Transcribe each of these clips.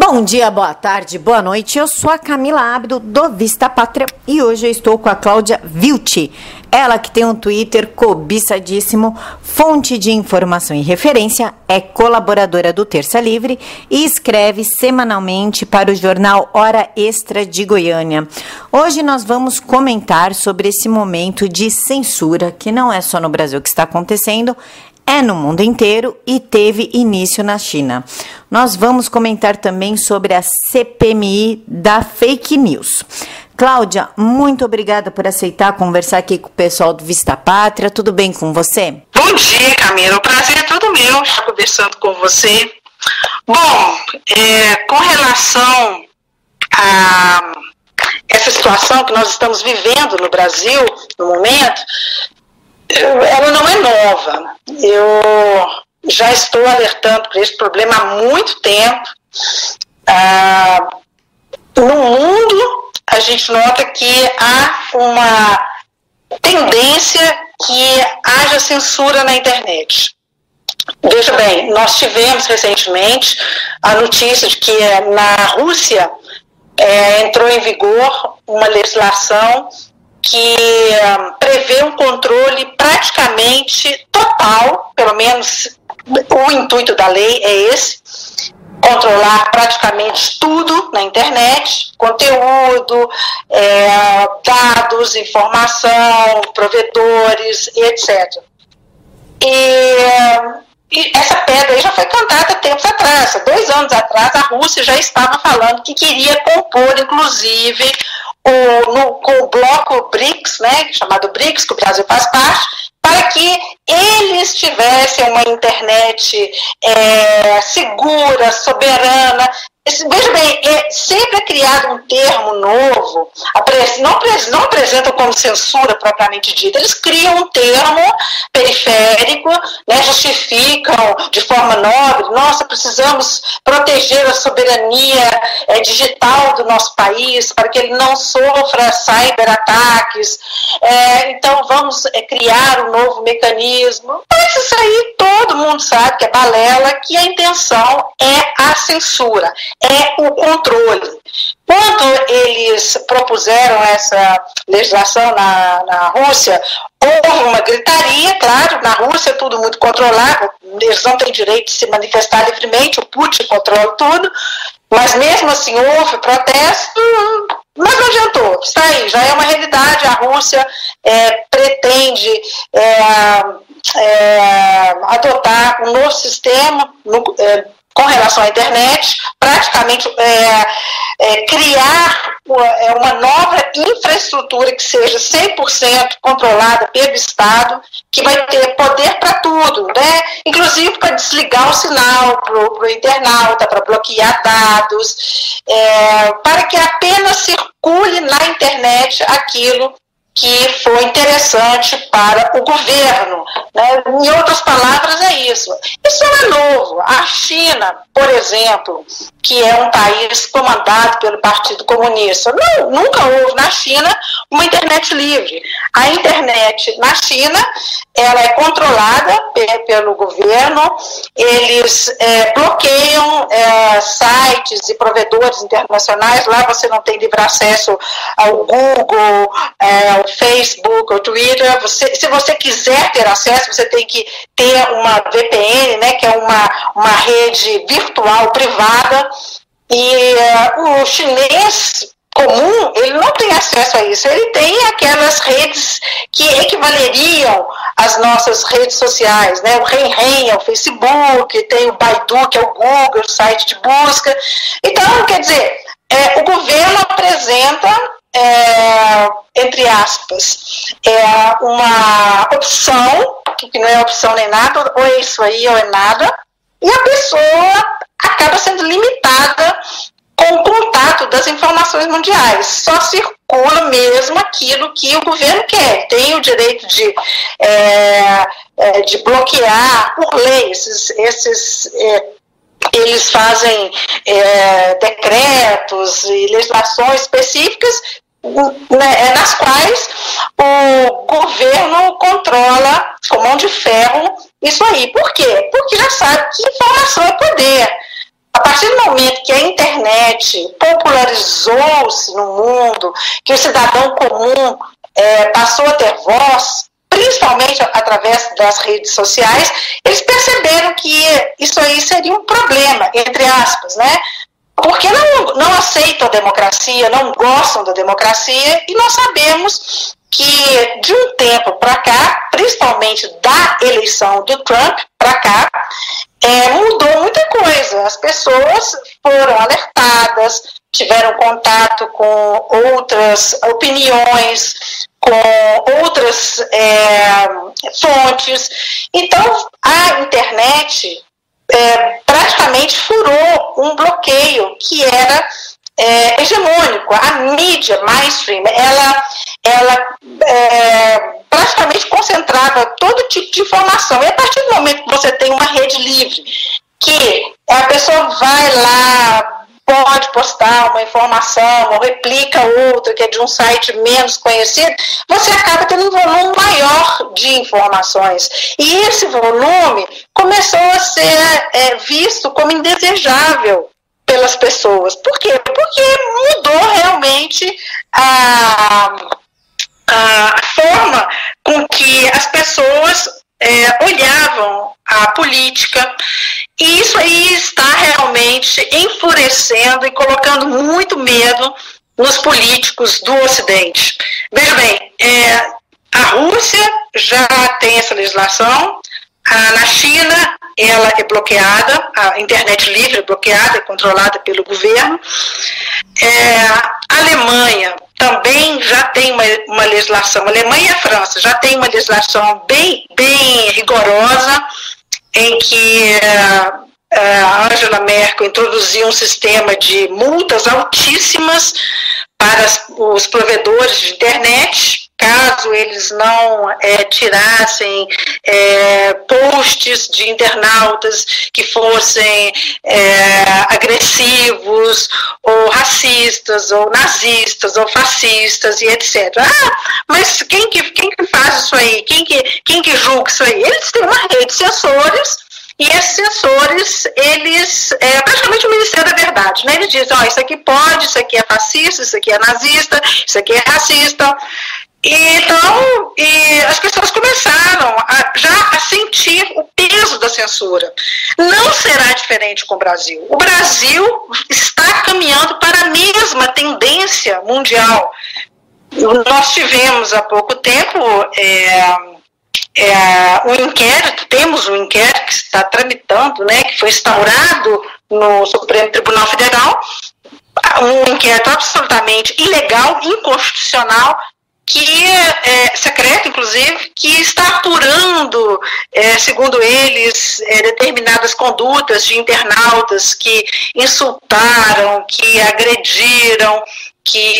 Bom dia, boa tarde, boa noite. Eu sou a Camila Abdo, do Vista Pátria, e hoje eu estou com a Cláudia Vilti. Ela que tem um Twitter cobiçadíssimo, fonte de informação e referência, é colaboradora do Terça Livre e escreve semanalmente para o jornal Hora Extra de Goiânia. Hoje nós vamos comentar sobre esse momento de censura, que não é só no Brasil que está acontecendo, é no mundo inteiro e teve início na China. Nós vamos comentar também sobre a CPMI da fake news. Cláudia, muito obrigada por aceitar conversar aqui com o pessoal do Vista Pátria. Tudo bem com você? Bom dia, Camila. O prazer é todo meu estar conversando com você. Bom, com relação a essa situação que nós estamos vivendo no Brasil, no momento, ela não é nova. Eu já estou alertando para esse problema há muito tempo. No mundo, a gente nota que há uma tendência que haja censura na internet. Veja bem, nós tivemos recentemente a notícia de que na Rússia entrou em vigor uma legislação que prevê um controle praticamente total, pelo menos o intuito da lei é esse, controlar praticamente tudo na internet, conteúdo, dados, informação, provedores, etc. E essa pedra aí já foi cantada tempos atrás. Há 2 anos atrás, a Rússia já estava falando que queria compor, inclusive, com o bloco BRICS, né, chamado BRICS, que o Brasil faz parte, para que eles tivessem uma internet segura, soberana. Veja bem, sempre é criado um termo novo, não apresentam como censura propriamente dita, eles criam um termo periférico, né, justificam de forma nobre, nossa, precisamos proteger a soberania digital do nosso país, para que ele não sofra cyberataques, então vamos criar um novo mecanismo. Mas isso aí todo mundo sabe que é balela, que a intenção é a censura, é o controle. Quando eles propuseram essa legislação na Rússia, houve uma gritaria, claro, na Rússia tudo muito controlado, eles não têm direito de se manifestar livremente, o Putin controla tudo, mas mesmo assim houve protesto, mas não adiantou, está aí, já é uma realidade. A Rússia pretende adotar um novo sistema com relação à internet, praticamente criar uma nova infraestrutura que seja 100% controlada pelo Estado, que vai ter poder para tudo, né? Inclusive para desligar o sinal para o internauta, para bloquear dados, para que apenas circule na internet aquilo que foi interessante para o governo, né? Em outras palavras, é isso. Isso não é novo. A China, por exemplo, que é um país comandado pelo Partido Comunista, nunca houve na China uma internet livre. A internet na China, ela é controlada pelo governo, eles bloqueiam sites e provedores internacionais, lá você não tem livre acesso ao Google, ao Facebook, ao Twitter. Se você quiser ter acesso, você tem que ter uma VPN, né, que é uma rede virtual privada, e o chinês comum, ele não tem acesso a isso, ele tem aquelas redes que equivaleriam às nossas redes sociais, né? O Renren é o Facebook, tem o Baidu, que é o Google, o site de busca. Então, quer dizer, o governo apresenta, entre aspas, uma opção, que não é opção nem nada, ou é isso aí ou é nada, e a pessoa acaba sendo limitada com o contato das informações mundiais. Só circula mesmo aquilo que o governo quer. Tem o direito de bloquear por lei eles fazem decretos e legislações específicas, né, nas quais o governo controla com mão de ferro isso aí. Por quê? Porque já sabe que informação é poder. A partir do momento que a internet popularizou-se no mundo, que o cidadão comum passou a ter voz, principalmente através das redes sociais, eles perceberam que isso aí seria um problema, entre aspas, né? Porque não aceitam a democracia, não gostam da democracia, e nós sabemos que de um tempo para cá, principalmente da eleição do Trump para cá, mudou muita coisa. As pessoas foram alertadas, tiveram contato com outras opiniões, com outras fontes. Então, a internet praticamente furou um bloqueio que era hegemônico. A mídia mainstream, ela praticamente concentrava todo tipo de informação. E a partir do momento que você tem uma rede livre, que a pessoa vai lá, pode postar uma informação ou replica outra que é de um site menos conhecido, você acaba tendo um volume maior de informações. E esse volume começou a ser visto como indesejável pelas pessoas. Por quê? Porque mudou realmente a forma com que as pessoas olhavam a política, e isso aí está realmente enfurecendo e colocando muito medo nos políticos do Ocidente. Veja bem, a Rússia já tem essa legislação, na China ela é bloqueada, a internet livre é bloqueada, é controlada pelo governo. A Alemanha também já tem uma legislação, a Alemanha e a França já tem uma legislação bem rigorosa, em que a Angela Merkel introduziu um sistema de multas altíssimas para os provedores de internet, caso eles não tirassem posts de internautas que fossem agressivos, ou racistas, ou nazistas, ou fascistas, e etc. Mas quem que faz isso aí? Quem que julga isso aí? Eles têm uma rede de censores, e esses censores, eles, praticamente o Ministério da Verdade, né? Eles dizem, isso aqui pode, isso aqui é fascista, isso aqui é nazista, isso aqui é racista. Então, as pessoas começaram já a sentir o peso da censura. Não será diferente com o Brasil. O Brasil está caminhando para a mesma tendência mundial. Nós tivemos há pouco tempo temos um inquérito que está tramitando, né, que foi instaurado no Supremo Tribunal Federal, um inquérito absolutamente ilegal, inconstitucional, que secreto, inclusive, que está apurando, segundo eles, determinadas condutas de internautas que insultaram, que agrediram, que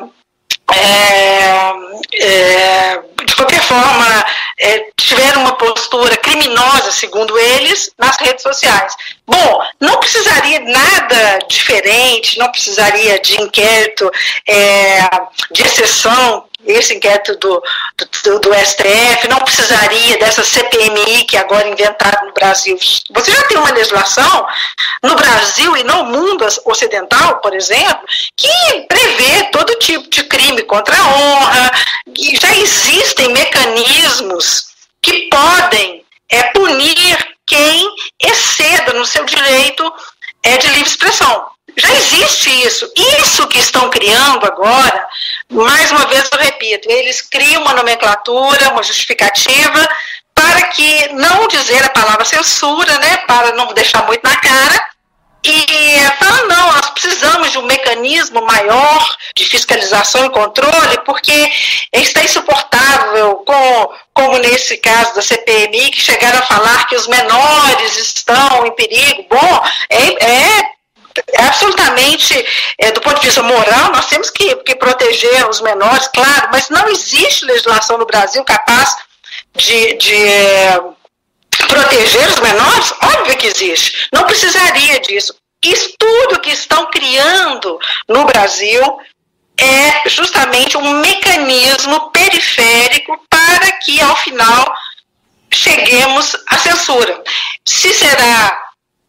de qualquer forma tiveram uma postura criminosa, segundo eles, nas redes sociais. Bom, não precisaria nada diferente, não precisaria de inquérito de exceção, esse inquérito do STF, não precisaria dessa CPMI que agora inventaram no Brasil. Você já tem uma legislação no Brasil e no mundo ocidental, por exemplo, que prevê todo tipo de crime contra a honra, e já existem mecanismos que podem punir quem exceda no seu direito de livre expressão. Já existe isso. Isso que estão criando agora, mais uma vez eu repito, eles criam uma nomenclatura, uma justificativa, para que não dizer a palavra censura, né, para não deixar muito na cara, e falam, não, nós precisamos de um mecanismo maior de fiscalização e controle, porque está insuportável, como nesse caso da CPMI, que chegaram a falar que os menores estão em perigo. Bom, absolutamente, do ponto de vista moral, nós temos que proteger os menores, claro, mas não existe legislação no Brasil capaz de proteger os menores. Óbvio que existe, não precisaria disso. Isso tudo que estão criando no Brasil é justamente um mecanismo periférico para que, ao final, cheguemos à censura. Se será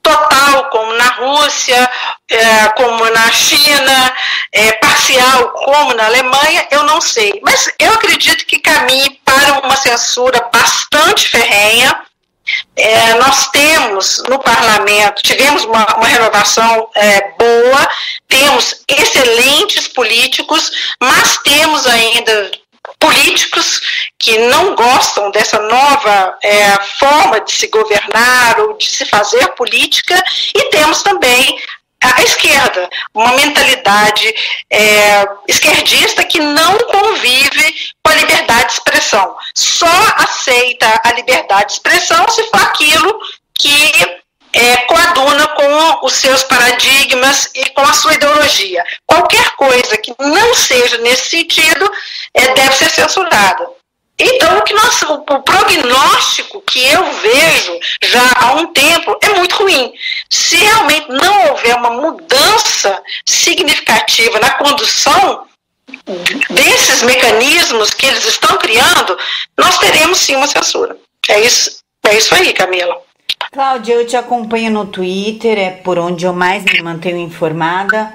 total, como na Rússia, como na China, parcial, como na Alemanha, eu não sei. Mas eu acredito que caminhe para uma censura bastante ferrenha. Nós temos no parlamento, tivemos uma renovação boa, temos excelentes políticos, mas temos ainda políticos que não gostam dessa nova forma de se governar ou de se fazer política, e temos também a esquerda, uma mentalidade esquerdista que não convive com a liberdade de expressão. Só aceita a liberdade de expressão se for aquilo que coaduna com os seus paradigmas e com a sua ideologia. Qualquer coisa que não seja nesse sentido deve ser censurada. Então, o prognóstico que eu vejo já há um tempo é muito ruim. Se realmente não houver uma mudança significativa na condução desses mecanismos que eles estão criando, nós teremos sim uma censura. É isso aí, Camila. Cláudia, eu te acompanho no Twitter, é por onde eu mais me mantenho informada.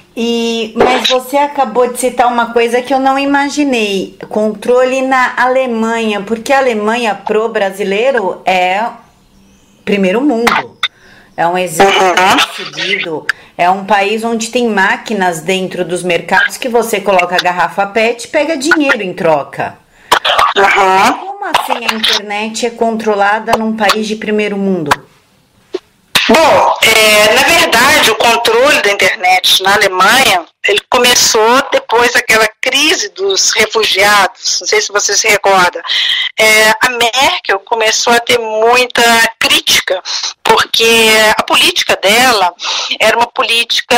Mas você acabou de citar uma coisa que eu não imaginei: controle na Alemanha, porque a Alemanha pro brasileiro é primeiro mundo, é um exemplo seguido, é um país onde tem máquinas dentro dos mercados que você coloca a garrafa PET e pega dinheiro em troca. Como assim a internet é controlada num país de primeiro mundo? Bom, na verdade, o controle da internet na Alemanha, ele começou depois daquela crise dos refugiados, não sei se você se recorda. A Merkel começou a ter muita crítica, porque a política dela era uma política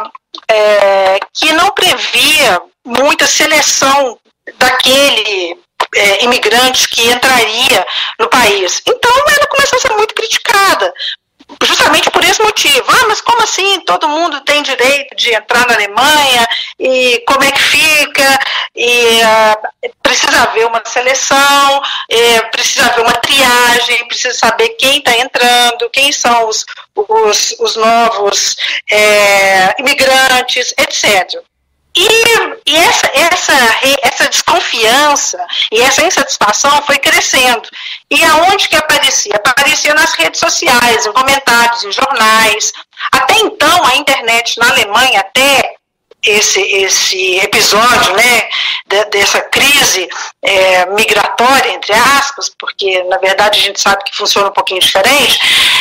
que não previa muita seleção daquele imigrante que entraria no país. Então, ela começou a ser muito criticada, justamente por esse motivo. Mas como assim? Todo mundo tem direito de entrar na Alemanha, e como é que fica? E precisa haver uma seleção, precisa haver uma triagem, precisa saber quem está entrando, quem são os novos imigrantes, etc. E essa desconfiança e essa insatisfação foi crescendo. E aonde que aparecia? Aparecia nas redes sociais, em comentários, em jornais. Até então, a internet na Alemanha, até esse episódio, né, dessa crise migratória, entre aspas, porque, na verdade, a gente sabe que funciona um pouquinho diferente,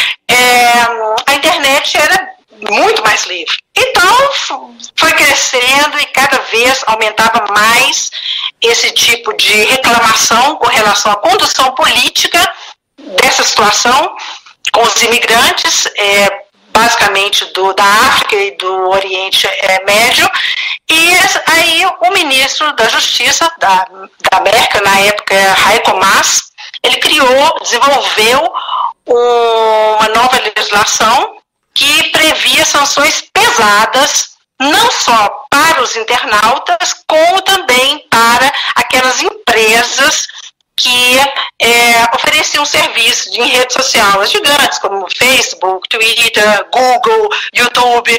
a internet era muito mais livre. Então, foi crescendo e cada vez aumentava mais esse tipo de reclamação com relação à condução política dessa situação com os imigrantes, basicamente da África e do Oriente Médio. E aí o ministro da Justiça da Merkel, na época, Heiko Maas, ele desenvolveu uma nova legislação que previa sanções pesadas, não só para os internautas, como também para aquelas empresas que ofereciam serviços em redes sociais gigantes, como Facebook, Twitter, Google, YouTube.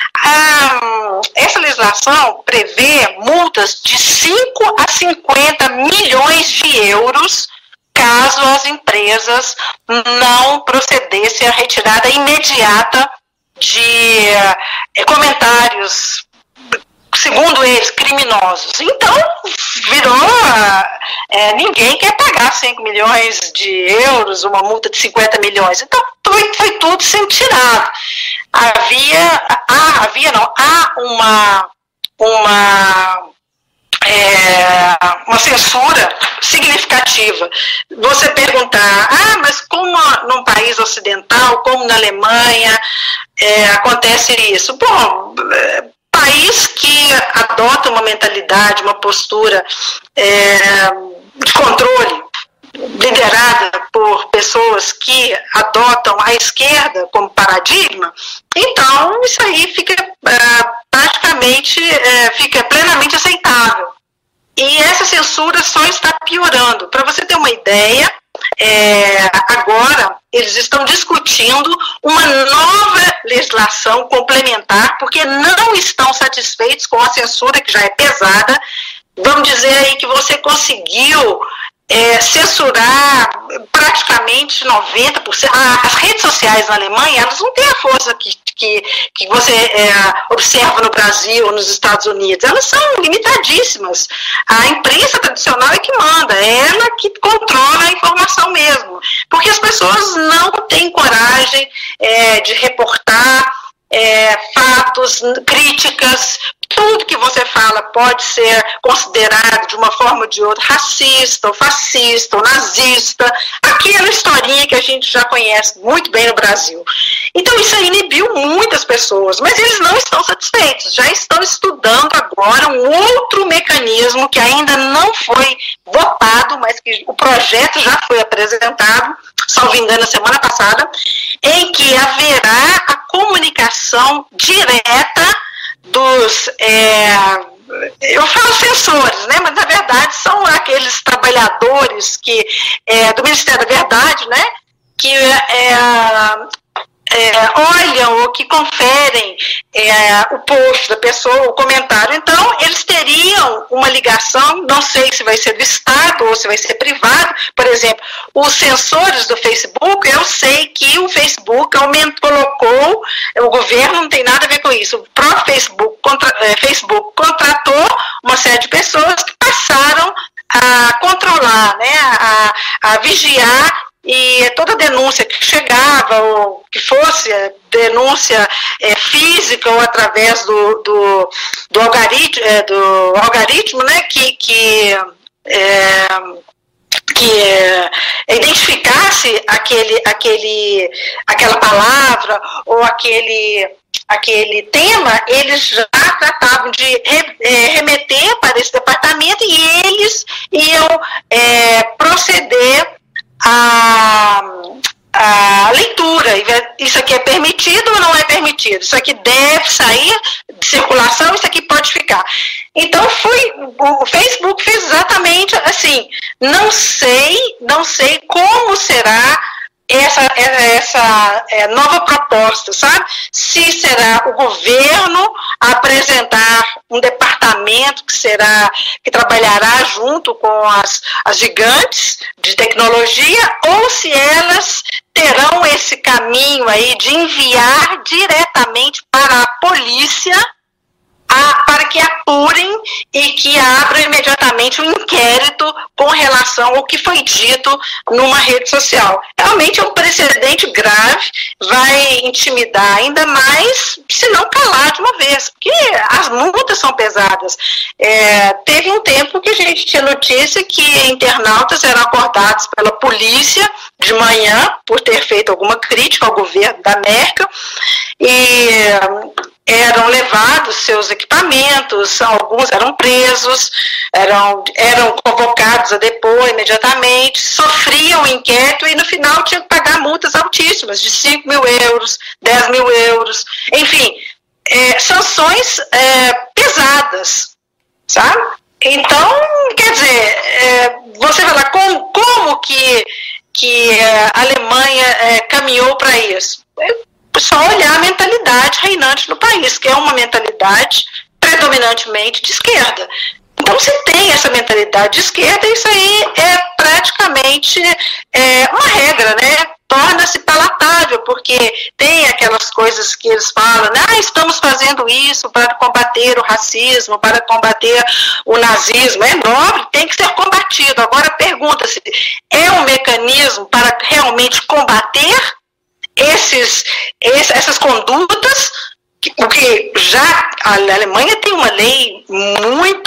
Essa legislação prevê multas de 5 a 50 milhões de euros caso as empresas não procedessem à retirada imediata de comentários, segundo eles, criminosos. Então, ninguém quer pagar 5 milhões de euros, uma multa de 50 milhões. Então, foi tudo sendo tirado. Há uma censura significativa. Você perguntar, mas como num país ocidental, como na Alemanha, acontece isso? Bom, país que adota uma mentalidade, uma postura de controle, liderada por pessoas que adotam a esquerda como paradigma, então isso aí fica praticamente fica plenamente aceitável. E essa censura só está piorando. Para você ter uma ideia, agora eles estão discutindo uma nova legislação complementar, porque não estão satisfeitos com a censura, que já é pesada. Vamos dizer aí que você conseguiu censurar praticamente 90%. As redes sociais na Alemanha, elas não têm a força que você observa no Brasil ou nos Estados Unidos. Elas são limitadíssimas. A imprensa tradicional é que manda, é ela que controla a informação mesmo. Porque as pessoas não têm coragem de reportar fatos, críticas. Tudo que você fala pode ser considerado de uma forma ou de outra racista, ou fascista, ou nazista, aquela historinha que a gente já conhece muito bem no Brasil. Então isso aí inibiu muitas pessoas, mas eles não estão satisfeitos, já estão estudando agora um outro mecanismo que ainda não foi votado, mas que o projeto já foi apresentado, salvo engano, na semana passada, em que haverá a comunicação direta dos, eu falo censores, né, mas na verdade são aqueles trabalhadores do Ministério da Verdade, né, que olham ou que conferem o post da pessoa, o comentário. Então, eles teriam uma ligação, não sei se vai ser do Estado ou se vai ser privado. Por exemplo, os censores do Facebook, eu sei que o Facebook colocou, o governo não tem nada a ver com isso, o próprio Facebook contratou uma série de pessoas que passaram a controlar, né, a vigiar, e toda denúncia que chegava, ou que fosse denúncia física ou através do algoritmo, né, que identificasse aquela palavra ou aquele tema, eles já tratavam de remeter para esse departamento e eles iam proceder a leitura. Isso aqui é permitido ou não é permitido? Isso aqui deve sair de circulação, isso aqui pode ficar. Então o Facebook fez exatamente assim. Não sei como será essa nova proposta, sabe? Se será o governo apresentar um departamento que trabalhará junto com as gigantes de tecnologia, ou se elas terão esse caminho aí de enviar diretamente para a polícia para que apurem e que abram imediatamente um inquérito com relação ao que foi dito numa rede social. Realmente é um precedente grave, vai intimidar ainda mais, se não calar de uma vez, porque as multas são pesadas. Teve um tempo que a gente tinha notícia que internautas eram acordados pela polícia de manhã por ter feito alguma crítica ao governo da Merkel, e eram levados seus equipamentos, alguns eram presos, eram convocados a depor imediatamente, sofriam o inquérito e no final tinham que pagar multas altíssimas, de 5 mil euros, 10 mil euros, enfim, sanções pesadas, sabe? Então, quer dizer, você vai lá, como que a Alemanha caminhou para isso? Só olhar a mentalidade reinante no país, que é uma mentalidade predominantemente de esquerda. Então, se tem essa mentalidade de esquerda, isso aí é praticamente uma regra, né? Torna-se palatável, porque tem aquelas coisas que eles falam, né? Estamos fazendo isso para combater o racismo, para combater o nazismo. É nobre, tem que ser combatido. Agora, pergunta-se, é um mecanismo para realmente combater essas condutas, porque já a Alemanha tem uma lei muito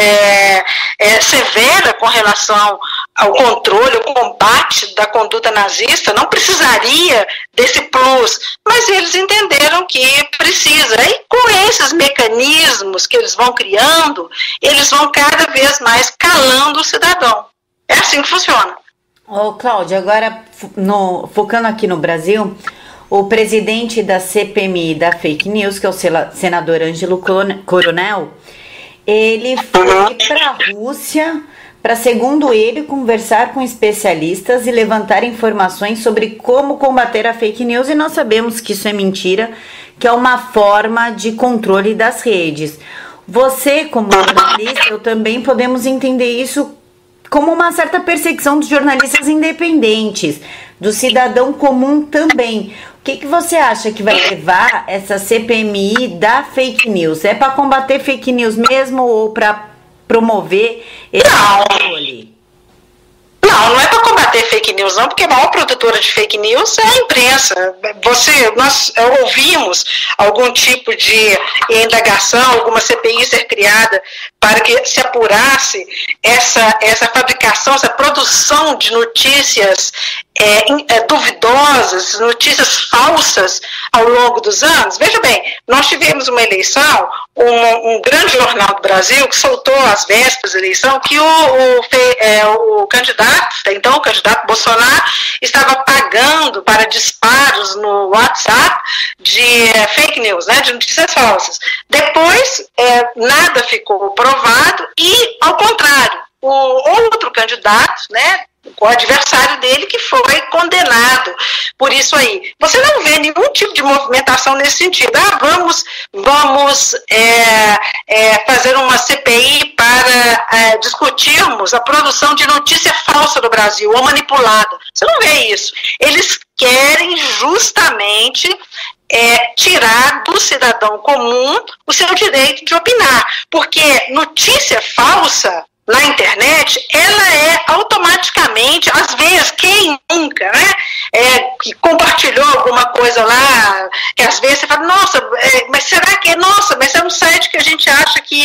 severa com relação ao controle, ao combate da conduta nazista, não precisaria desse plus, mas eles entenderam que precisa. E com esses mecanismos que eles vão criando, eles vão cada vez mais calando o cidadão. É assim que funciona. Ô, Cláudia, agora focando aqui no Brasil, o presidente da CPMI da Fake News, que é o senador Ângelo Coronel, ele foi para a Rússia para, segundo ele, conversar com especialistas e levantar informações sobre como combater a fake news, e nós sabemos que isso é mentira, que é uma forma de controle das redes. Você, como jornalista, eu também podemos entender isso como uma certa perseguição dos jornalistas independentes, do cidadão comum também. O que você acha que vai levar essa CPMI da fake news? É para combater fake news mesmo ou para promover esse controle? Não é para combater fake news, não, porque a maior produtora de fake news é a imprensa. Nós ouvimos algum tipo de indagação, alguma CPI ser criada para que se apurasse essa fabricação, essa produção de notícias duvidosas, notícias falsas ao longo dos anos. Veja bem, nós tivemos uma eleição, um grande jornal do Brasil que soltou às vésperas da eleição que o candidato, então o candidato Bolsonaro, estava pagando para disparos no WhatsApp de fake news, né, de notícias falsas. Depois, nada ficou provado e, ao contrário, o outro candidato, né, o adversário dele, que foi condenado por isso aí. Você não vê nenhum tipo de movimentação nesse sentido. Vamos fazer uma CPI para discutirmos a produção de notícia falsa do Brasil, ou manipulada. Você não vê isso. Eles querem justamente tirar do cidadão comum o seu direito de opinar, porque notícia falsa na internet, ela é automaticamente, às vezes, quem nunca, né, que compartilhou alguma coisa lá, que às vezes você fala, nossa, mas será que mas é um site que a gente acha que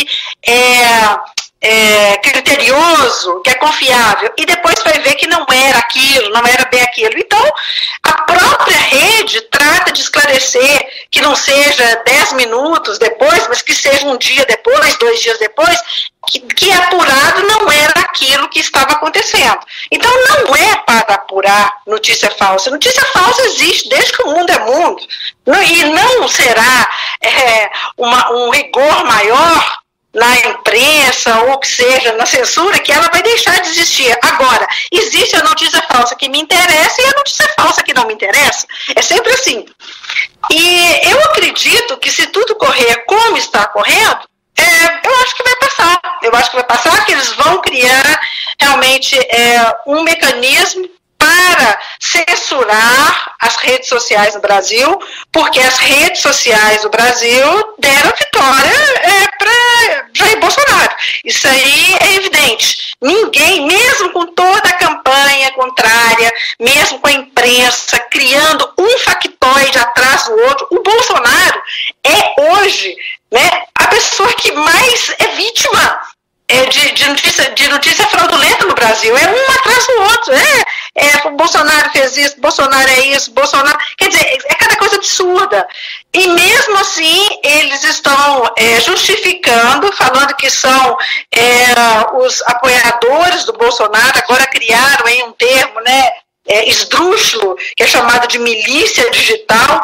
é criterioso, que é confiável, e depois vai ver que não era aquilo, não era bem aquilo. Então, a própria rede trata de esclarecer que não seja 10 minutos depois, mas que seja um dia depois, 2 dias depois, que apurado não era aquilo que estava acontecendo. Então, não é para apurar notícia falsa. Notícia falsa existe desde que o mundo é mundo. E não será um rigor maior na imprensa, ou que seja, na censura, que ela vai deixar de existir. Agora, existe a notícia falsa que me interessa e a notícia falsa que não me interessa. É sempre assim. E eu acredito que se tudo correr como está correndo, eu acho que vai passar. Eu acho que vai passar, que eles vão criar realmente um mecanismo para censurar as redes sociais no Brasil, porque as redes sociais do Brasil deram vitória para Jair Bolsonaro. Isso aí é evidente. Ninguém, mesmo com toda a campanha contrária, mesmo com a imprensa criando um factoide atrás do outro, o Bolsonaro é hoje, né, a pessoa que mais é vítima de notícia fraudulenta no Brasil. É um atrás do outro. O Bolsonaro fez isso, Bolsonaro é isso, Bolsonaro... Quer dizer, é cada coisa absurda. E mesmo assim, eles estão justificando, falando que são os apoiadores do Bolsonaro. Agora criaram aí um termo, né, esdrúxulo, que é chamado de milícia digital,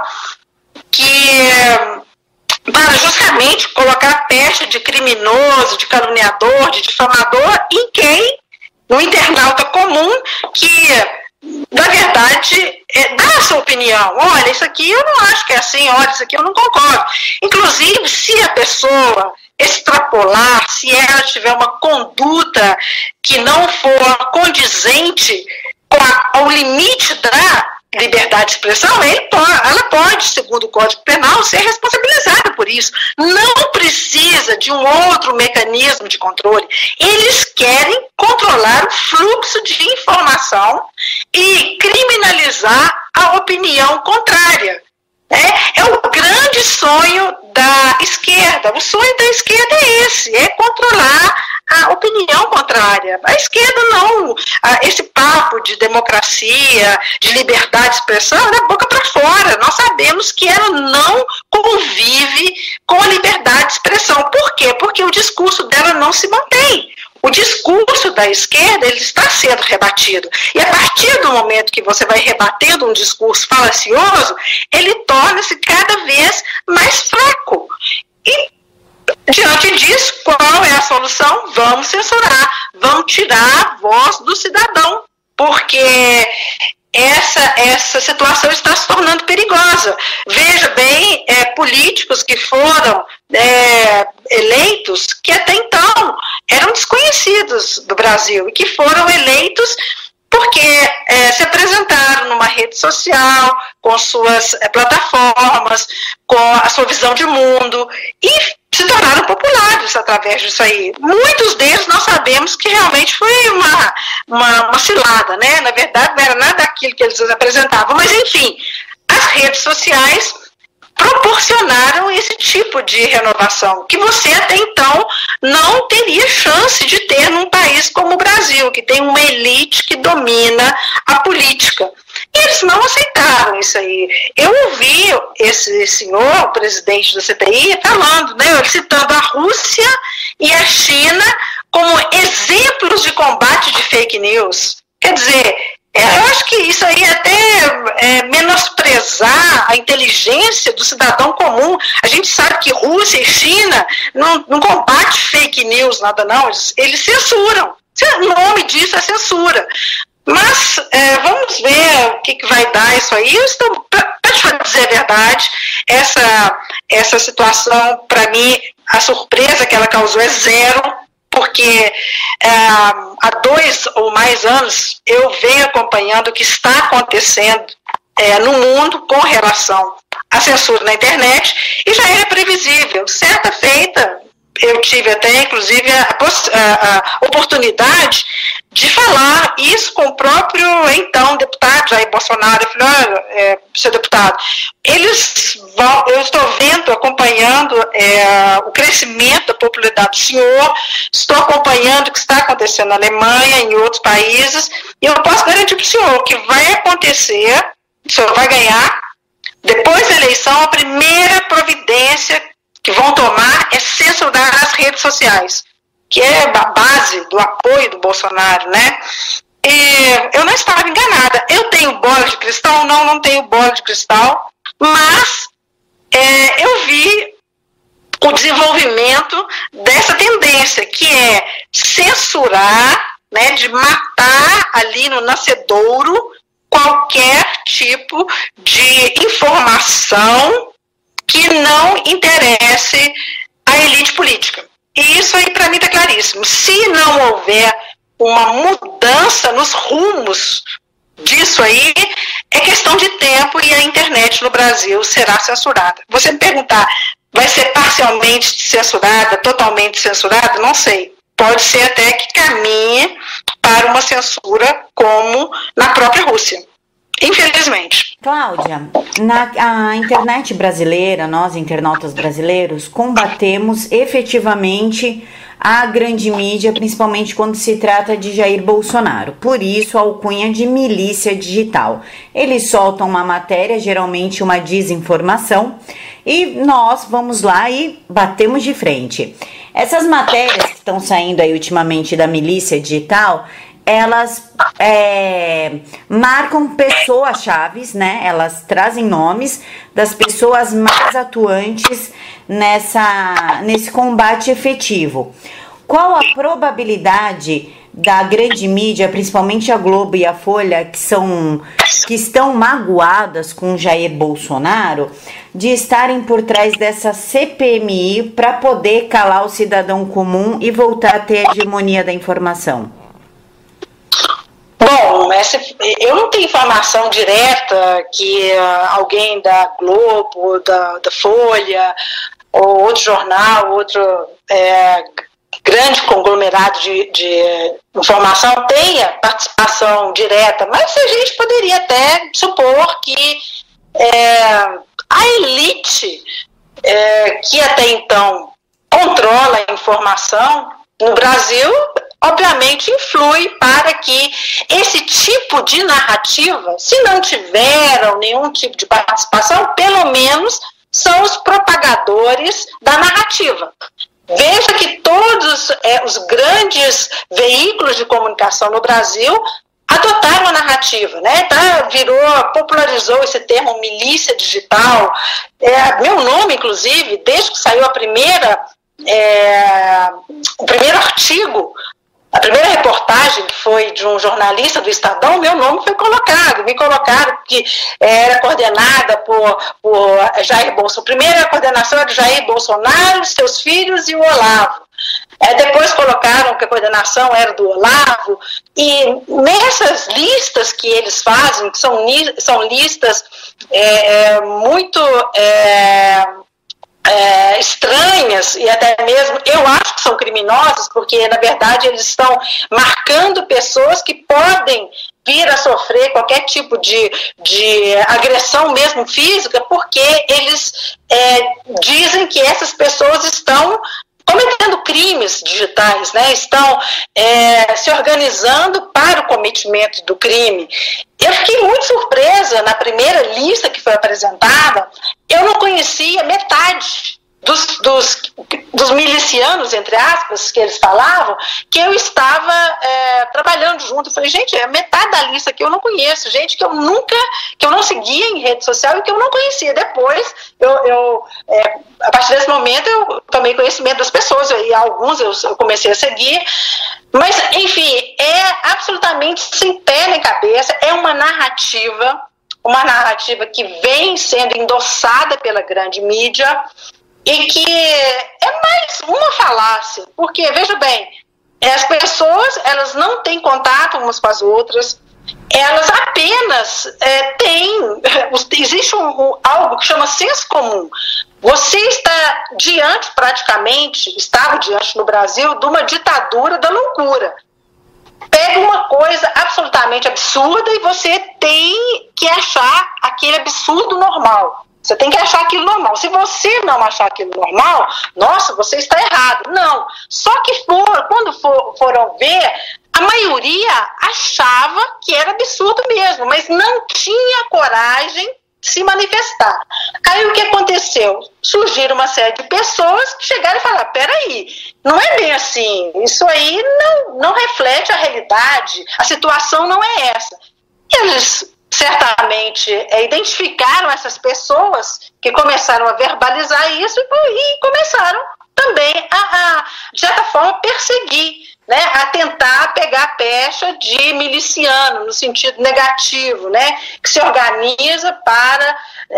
para justamente colocar a pecha de criminoso, de caluniador, de difamador em quem? No internauta comum que, na verdade, dá a sua opinião. Olha, isso aqui eu não acho que é assim, olha, isso aqui eu não concordo. Inclusive, se a pessoa extrapolar, se ela tiver uma conduta que não for condizente ao limite da liberdade de expressão, ela pode, segundo o Código Penal, ser responsabilizada por isso. Não precisa de um outro mecanismo de controle. Eles querem controlar o fluxo de informação e criminalizar a opinião contrária. É o grande sonho da esquerda. O sonho da esquerda é esse, é controlar a opinião contrária. A esquerda não. Esse papo de democracia, de liberdade de expressão, é da boca para fora. Nós sabemos que ela não convive com a liberdade de expressão. Por quê? Porque o discurso dela não se mantém. O discurso da esquerda, ele está sendo rebatido. E a partir do momento que você vai rebatendo um discurso falacioso, ele torna-se cada vez mais fraco. E, diante disso, qual é a solução? Vamos censurar, vão tirar a voz do cidadão, porque essa situação está se tornando perigosa. Veja bem, políticos que foram eleitos, que até então eram desconhecidos do Brasil, e que foram eleitos porque se apresentaram numa rede social, com suas plataformas, com a sua visão de mundo, e se tornaram populares através disso aí. Muitos deles nós sabemos que realmente foi uma cilada, né? Na verdade, não era nada daquilo que eles apresentavam, mas enfim, as redes sociais proporcionaram esse tipo de renovação, que você até então não teria chance de ter num país como o Brasil, que tem uma elite que domina a política. E eles não aceitaram isso aí. Eu ouvi esse senhor, o presidente da CPI, falando, né, citando a Rússia e a China como exemplos de combate de fake news. Quer dizer, eu acho que isso aí até menosprezar a inteligência do cidadão comum. A gente sabe que Rússia e China não combatem fake news, nada não, eles censuram. O nome disso é censura. Mas vamos ver o que vai dar isso aí. Para te dizer a verdade, essa situação, para mim, a surpresa que ela causou é zero, porque há 2 ou mais anos eu venho acompanhando o que está acontecendo no mundo com relação à censura na internet, e já era previsível. Certa feita, eu tive até, inclusive, a oportunidade de falar isso com o próprio, então, deputado Jair Bolsonaro. Eu falei, olha, seu deputado, eu estou vendo, acompanhando o crescimento da popularidade do senhor, estou acompanhando o que está acontecendo na Alemanha, em outros países, e eu posso garantir para o senhor que vai acontecer, o senhor vai ganhar, depois da eleição, a primeira providência que vão tomar é censurar as redes sociais, que é a base do apoio do Bolsonaro, né? E eu não estava enganada. Eu tenho bola de cristal? Não tenho bola de cristal, mas eu vi o desenvolvimento dessa tendência, que é censurar, né, de matar ali no nascedouro qualquer tipo de informação que não interesse a elite política. E isso aí para mim está claríssimo. Se não houver uma mudança nos rumos disso aí, é questão de tempo e a internet no Brasil será censurada. Você me perguntar, vai ser parcialmente censurada, totalmente censurada? Não sei. Pode ser até que caminhe para uma censura como na própria Rússia. Infelizmente. Cláudia, a internet brasileira, nós internautas brasileiros, combatemos efetivamente a grande mídia, principalmente quando se trata de Jair Bolsonaro. Por isso, a alcunha de milícia digital. Eles soltam uma matéria, geralmente uma desinformação, e nós vamos lá e batemos de frente. Essas matérias que estão saindo aí ultimamente da milícia digital, elas marcam pessoas-chaves, né? Elas trazem nomes das pessoas mais atuantes nesse combate efetivo. Qual a probabilidade da grande mídia, principalmente a Globo e a Folha, que estão magoadas com Jair Bolsonaro, de estarem por trás dessa CPMI para poder calar o cidadão comum e voltar a ter a hegemonia da informação? Bom, eu não tenho informação direta que alguém da Globo, da Folha, ou outro jornal, outro grande conglomerado de informação tenha participação direta, mas a gente poderia até supor que a elite que até então controla a informação no Brasil, obviamente influi para que esse tipo de narrativa, se não tiveram nenhum tipo de participação, pelo menos são os propagadores da narrativa. Veja que todos os grandes veículos de comunicação no Brasil adotaram a narrativa, né? Popularizou esse termo milícia digital. Meu nome, inclusive, desde que saiu o primeiro artigo, a primeira reportagem, que foi de um jornalista do Estadão, meu nome foi colocado. Me colocaram que era coordenada por Jair Bolsonaro. Primeiro a coordenação era do Jair Bolsonaro, seus filhos e o Olavo. Depois colocaram que a coordenação era do Olavo, e nessas listas que eles fazem, que são listas muito estranhas, e até mesmo eu acho que são criminosas, porque na verdade eles estão marcando pessoas que podem vir a sofrer qualquer tipo de agressão mesmo física, porque eles dizem que essas pessoas estão cometendo crimes digitais, né? Estão se organizando para o cometimento do crime. Eu fiquei muito surpresa na primeira lista que foi apresentada. Eu não conhecia metade dos milicianos, entre aspas, que eles falavam, que eu estava trabalhando junto. Eu falei, gente, metade da lista que eu não conheço, gente que eu não seguia em rede social e que eu não conhecia. Depois, a partir desse momento, eu tomei conhecimento das pessoas, e alguns eu comecei a seguir. Mas, enfim, é absolutamente sem pé nem cabeça, é uma narrativa que vem sendo endossada pela grande mídia, e que é mais uma falácia, porque, veja bem, as pessoas, elas não têm contato umas com as outras, elas apenas existe algo que chama senso comum. Você estava diante no Brasil de uma ditadura da loucura. Pega uma coisa absolutamente absurda e você tem que achar aquele absurdo normal. Você tem que achar aquilo normal. Se você não achar aquilo normal, nossa, você está errado. Não. Só que quando foram ver, a maioria achava que era absurdo mesmo, mas não tinha coragem de se manifestar. Aí o que aconteceu? Surgiram uma série de pessoas que chegaram e falaram, peraí, não é bem assim, isso aí não reflete a realidade, a situação não é essa. Eles certamente identificaram essas pessoas que começaram a verbalizar isso e começaram também de certa forma, perseguir, né, a tentar pegar a pecha de miliciano, no sentido negativo, né, que se organiza para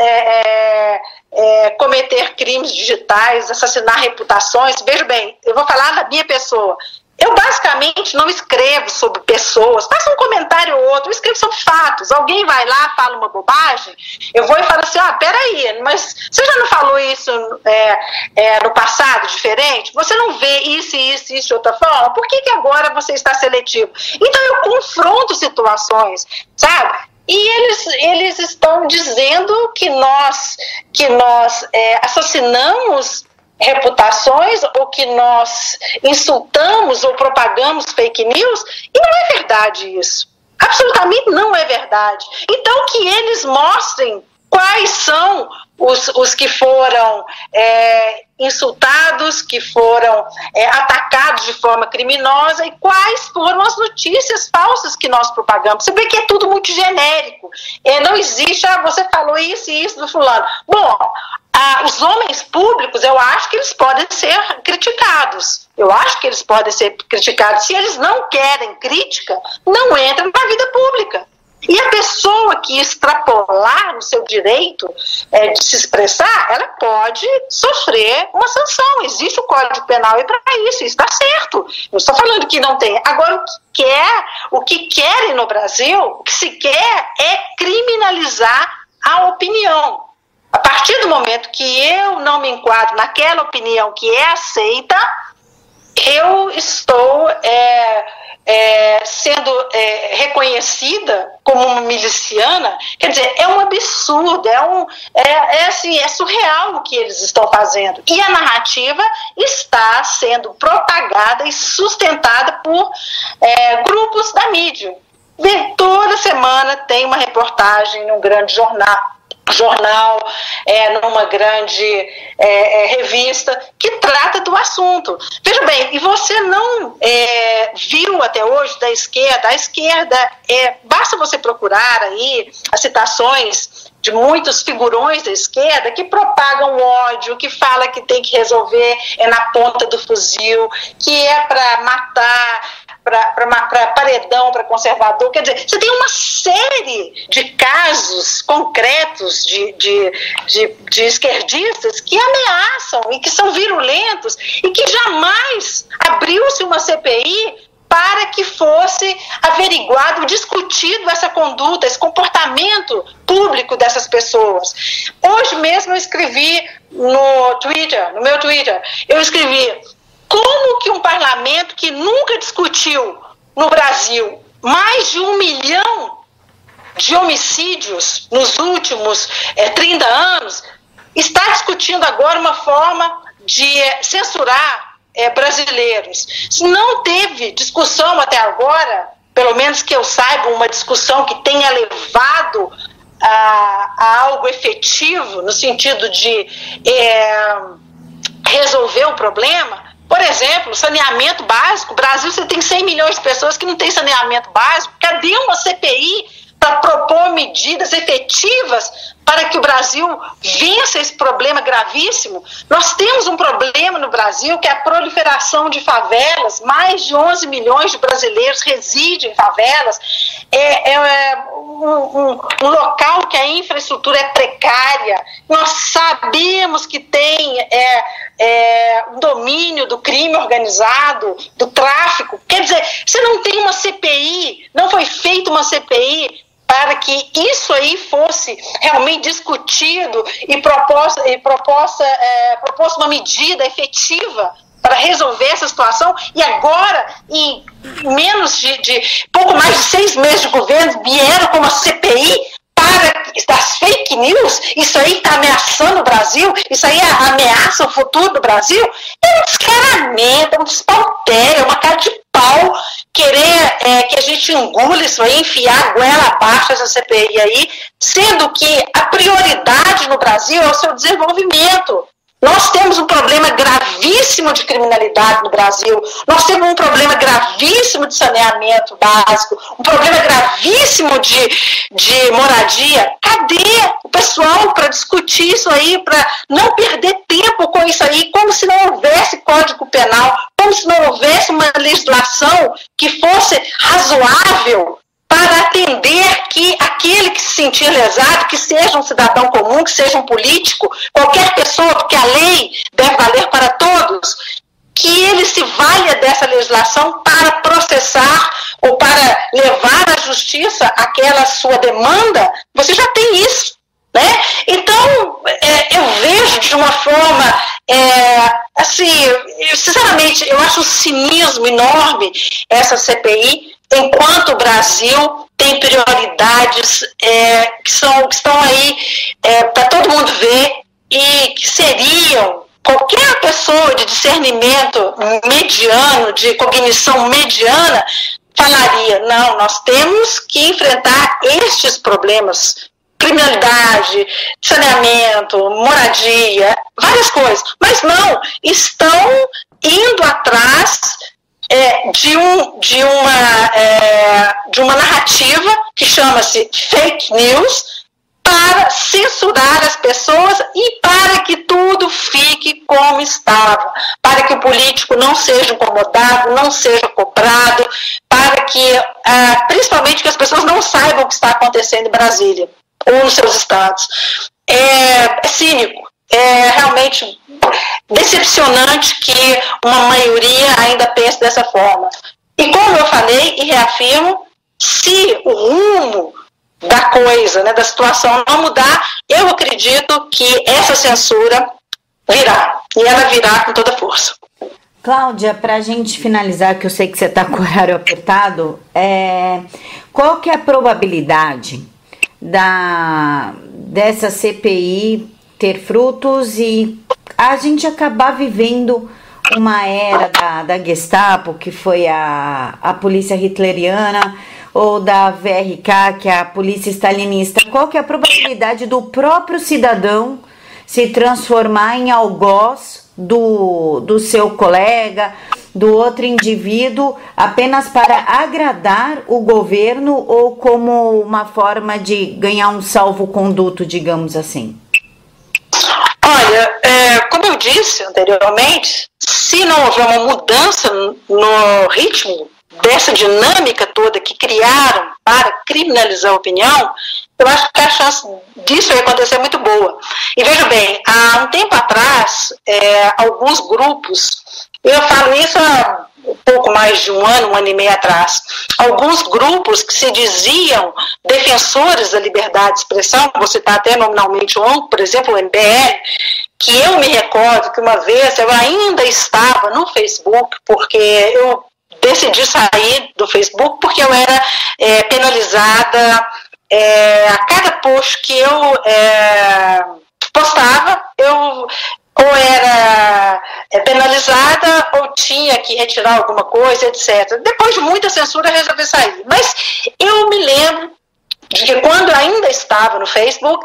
cometer crimes digitais, assassinar reputações. Veja bem, eu vou falar da minha pessoa. Eu basicamente não escrevo sobre pessoas, faço um comentário ou outro, eu escrevo sobre fatos. Alguém vai lá, fala uma bobagem, eu vou e falo assim, peraí, mas você já não falou isso no passado diferente? Você não vê isso de outra forma? Por que agora você está seletivo? Então eu confronto situações, sabe? E eles estão dizendo que nós assassinamos reputações, ou que nós insultamos ou propagamos fake news, e não é verdade isso. Absolutamente não é verdade. Então que eles mostrem quais são os que foram insultados, que foram atacados de forma criminosa, e quais foram as notícias falsas que nós propagamos. Você vê que é tudo muito genérico. Não existe, você falou isso e isso do fulano. Bom, os homens públicos, eu acho que eles podem ser criticados. Se eles não querem crítica, não entram na vida pública. E a pessoa que extrapolar no seu direito de se expressar, ela pode sofrer uma sanção. Existe o Código Penal para isso está certo. Não estou falando que não tem. Agora, o que querem no Brasil, o que se quer é criminalizar a opinião. A partir do momento que eu não me enquadro naquela opinião que é aceita, eu estou sendo reconhecida como uma miliciana. Quer dizer, é um absurdo, é surreal o que eles estão fazendo. E a narrativa está sendo propagada e sustentada por grupos da mídia. Toda semana tem uma reportagem num grande jornal, numa grande revista que trata do assunto. Veja bem, e você não viu até hoje da esquerda, basta você procurar aí as citações de muitos figurões da esquerda que propagam ódio, que fala que tem que resolver na ponta do fuzil, que é para matar para paredão, para conservador. Quer dizer, você tem uma série de casos concretos de esquerdistas que ameaçam e que são virulentos e que jamais abriu-se uma CPI para que fosse averiguado, discutido essa conduta, esse comportamento público dessas pessoas. Hoje mesmo eu escrevi no meu Twitter, eu escrevi: como que um parlamento que nunca discutiu no Brasil mais de 1 milhão de homicídios nos últimos 30 anos está discutindo agora uma forma de censurar brasileiros? Se não teve discussão até agora, pelo menos que eu saiba, uma discussão que tenha levado a algo efetivo, no sentido de resolver o problema. Por exemplo, saneamento básico. No Brasil você tem 100 milhões de pessoas que não têm saneamento básico. Cadê uma CPI para propor medidas efetivas para que o Brasil vença esse problema gravíssimo? Nós temos um problema no Brasil, que é a proliferação de favelas. Mais de 11 milhões de brasileiros residem em favelas. Um local que a infraestrutura é precária. Nós sabemos que tem um domínio do crime organizado, do tráfico. Quer dizer, você não tem uma CPI, não foi feita uma CPI para que isso aí fosse realmente discutido e proposta uma medida efetiva para resolver essa situação. E agora, em menos pouco mais de 6 meses de governo, vieram com uma CPI das fake news. Isso aí está ameaçando o Brasil, isso aí ameaça o futuro do Brasil. É um descaramento, é um despautério, é uma cara de pau querer que a gente engula isso aí, enfiar a goela abaixo dessa CPI aí, sendo que a prioridade no Brasil é o seu desenvolvimento. Nós temos um problema gravíssimo de criminalidade no Brasil, nós temos um problema gravíssimo de saneamento básico, um problema gravíssimo de moradia. Cadê o pessoal para discutir isso aí, para não perder tempo com isso aí, como se não houvesse Código Penal, como se não houvesse uma legislação que fosse razoável para atender que aquele que se sentir lesado, que seja um cidadão comum, que seja um político, qualquer pessoa, porque a lei deve valer para todos, que ele se valha dessa legislação para processar ou para levar à justiça aquela sua demanda. Você já tem isso, né? Então, eu vejo de uma forma, sinceramente, eu acho um cinismo enorme essa CPI, enquanto o Brasil tem prioridades que estão aí para todo mundo ver e que seriam, qualquer pessoa de discernimento mediano, de cognição mediana, falaria: não, nós temos que enfrentar estes problemas, criminalidade, saneamento, moradia, várias coisas, mas não, estão indo atrás de uma narrativa que chama-se fake news, para censurar as pessoas e para que tudo fique como estava, para que o político não seja incomodado, não seja cobrado, para que, principalmente, que as pessoas não saibam o que está acontecendo em Brasília ou nos seus estados. É cínico, é realmente decepcionante que uma maioria ainda pense dessa forma. E como eu falei e reafirmo, se o rumo da coisa, né, da situação não mudar, eu acredito que essa censura virá, e ela virá com toda força. Cláudia, para a gente finalizar, que eu sei que você está com o horário apertado, qual que é a probabilidade dessa CPI ter frutos e a gente acabar vivendo uma era da Gestapo, que foi a polícia hitleriana, ou da VRK, que é a polícia stalinista? Qual que é a probabilidade do próprio cidadão se transformar em algoz do seu colega, do outro indivíduo, apenas para agradar o governo ou como uma forma de ganhar um salvo-conduto, digamos assim? Olha, como eu disse anteriormente, se não houver uma mudança no ritmo dessa dinâmica toda que criaram para criminalizar a opinião, eu acho que a chance disso vai acontecer é muito boa. E veja bem, há um tempo atrás, alguns grupos, eu falo isso há um pouco mais de um ano e meio atrás, alguns grupos que se diziam defensores da liberdade de expressão, vou citar até nominalmente um, por exemplo, o MBL, que eu me recordo que uma vez eu ainda estava no Facebook, porque eu decidi sair do Facebook porque eu era penalizada a cada post que eu postava, eu ou era penalizada ou tinha que retirar alguma coisa, etc. Depois de muita censura, eu resolvi sair. Mas eu me lembro de que quando eu ainda estava no Facebook,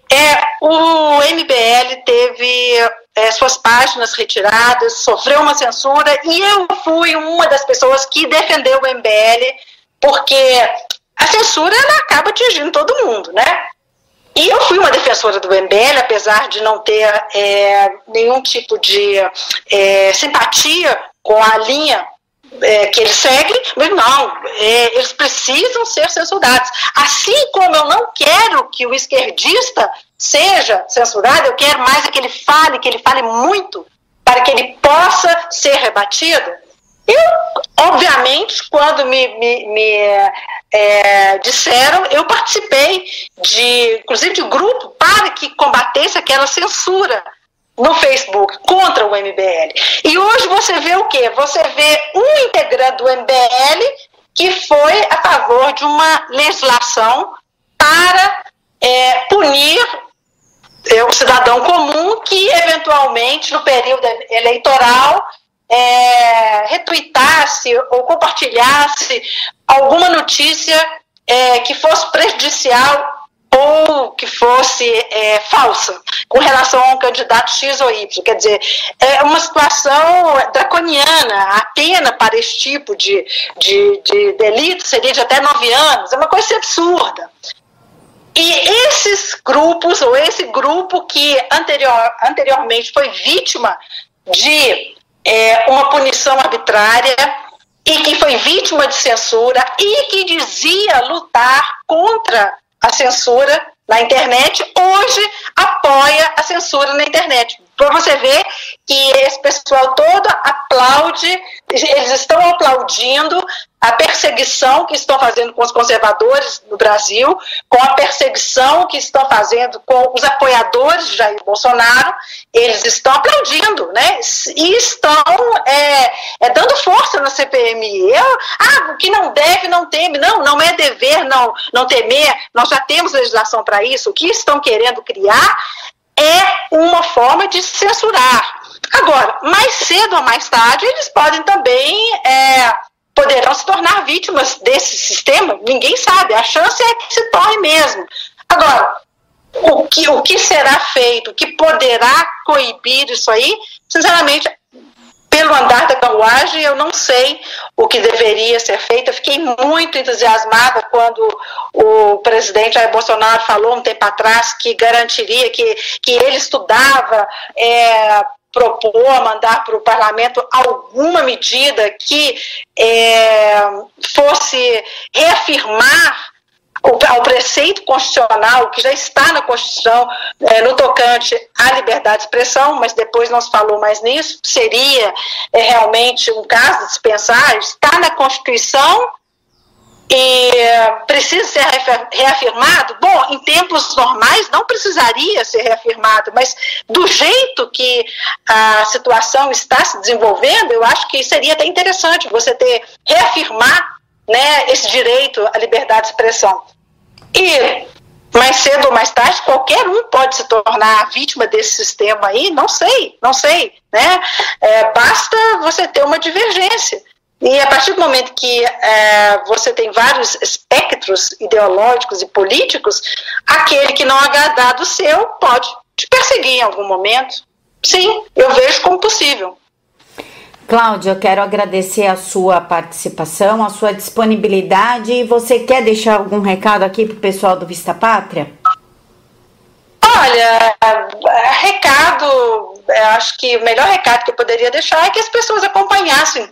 o MBL teve suas páginas retiradas, sofreu uma censura, e eu fui uma das pessoas que defendeu o MBL, porque a censura ela acaba atingindo todo mundo, né? E eu fui uma defensora do MBL, apesar de não ter nenhum tipo de simpatia com a linha que eles seguem, mas não, eles precisam ser censurados. Assim como eu não quero que o esquerdista seja censurado, eu quero mais que ele fale muito, para que ele possa ser rebatido. Eu, obviamente, quando me disseram, eu participei inclusive de grupo para que combatesse aquela censura no Facebook contra o MBL. E hoje você vê o quê? Você vê um integrante do MBL que foi a favor de uma legislação para punir o cidadão comum que, eventualmente, no período eleitoral, retuitasse ou compartilhasse alguma notícia que fosse prejudicial ou que fosse falsa com relação a um candidato X ou Y. Quer dizer, é uma situação draconiana. A pena para esse tipo de delito seria de até 9 anos. É uma coisa absurda. E esses grupos, ou esse grupo que anteriormente foi vítima de uma punição arbitrária e que foi vítima de censura e que dizia lutar contra a censura na internet, hoje apoia a censura na internet. Para você ver que esse pessoal todo aplaude, eles estão aplaudindo a perseguição que estão fazendo com os conservadores no Brasil, com a perseguição que estão fazendo com os apoiadores de Jair Bolsonaro, eles estão aplaudindo, né? E estão dando força na CPMI. O que não deve, não teme. Não é dever não temer, nós já temos legislação para isso. O que estão querendo criar é uma forma de censurar. Agora, mais cedo ou mais tarde, eles podem também poderão se tornar vítimas desse sistema, ninguém sabe, a chance é que se torne mesmo. Agora, o que será feito, o que poderá coibir isso aí, sinceramente, pelo andar da carruagem, eu não sei o que deveria ser feito. Eu fiquei muito entusiasmada quando o presidente Jair Bolsonaro falou um tempo atrás que garantiria que ele estudava propor, mandar para o parlamento alguma medida que fosse reafirmar ao preceito constitucional, que já está na Constituição, no tocante à liberdade de expressão, mas depois não se falou mais nisso, seria realmente um caso de se pensar, está na Constituição e precisa ser reafirmado. Bom, em tempos normais não precisaria ser reafirmado, mas do jeito que a situação está se desenvolvendo, eu acho que seria até interessante você reafirmar, né, esse direito à liberdade de expressão. E mais cedo ou mais tarde, qualquer um pode se tornar vítima desse sistema aí, não sei, né? Basta você ter uma divergência. E a partir do momento que você tem vários espectros ideológicos e políticos, aquele que não agradar do seu pode te perseguir em algum momento. Sim, eu vejo como possível. Cláudia, eu quero agradecer a sua participação, a sua disponibilidade. E você quer deixar algum recado aqui para o pessoal do Vista Pátria? Olha, recado acho que o melhor recado que eu poderia deixar é que as pessoas acompanhassem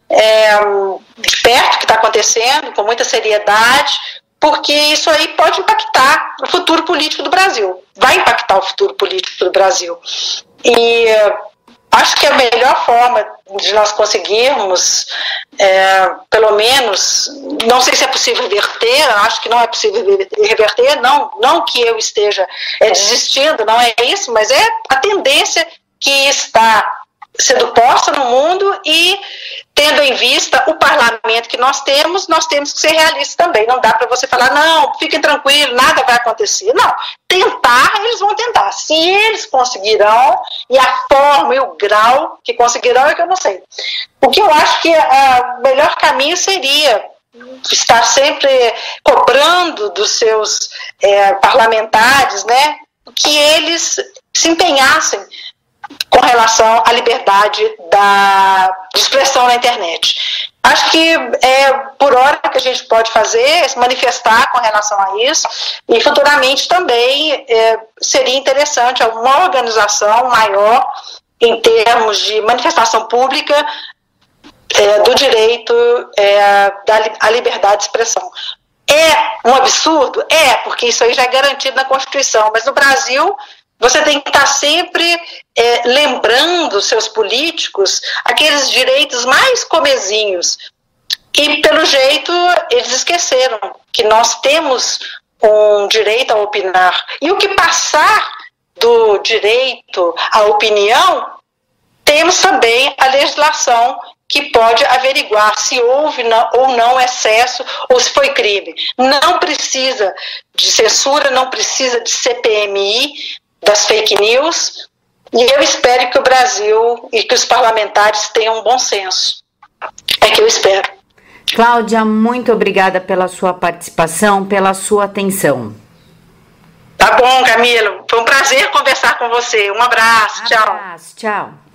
de perto o que está acontecendo, com muita seriedade, porque isso aí pode impactar o futuro político do Brasil. Vai impactar o futuro político do Brasil. E acho que a melhor forma de nós conseguirmos, pelo menos, não sei se é possível reverter, acho que não é possível reverter, não que eu esteja desistindo, não é isso, mas é a tendência que está sendo posta no mundo e tendo em vista o parlamento que nós temos que ser realistas também. Não dá para você falar, não, fiquem tranquilos, nada vai acontecer. Não, tentar, eles vão tentar. Se eles conseguirão, e a forma e o grau que conseguirão é que eu não sei. O que eu acho que o melhor caminho seria estar sempre cobrando dos seus parlamentares, né, que eles se empenhassem com relação à liberdade de expressão na internet. Acho que por hora que a gente pode fazer é se manifestar com relação a isso, e futuramente também seria interessante uma organização maior em termos de manifestação pública do direito à liberdade de expressão. É um absurdo? Porque isso aí já é garantido na Constituição, mas no Brasil você tem que estar sempre lembrando seus políticos aqueles direitos mais comezinhos. E, pelo jeito, eles esqueceram que nós temos um direito a opinar. E o que passar do direito à opinião, temos também a legislação que pode averiguar se houve ou não excesso ou se foi crime. Não precisa de censura, não precisa de CPMI, das fake news, e eu espero que o Brasil e que os parlamentares tenham um bom senso. É que eu espero. Cláudia, muito obrigada pela sua participação, pela sua atenção. Tá bom, Camila. Foi um prazer conversar com você. Um abraço. Tchau. Abraço, tchau.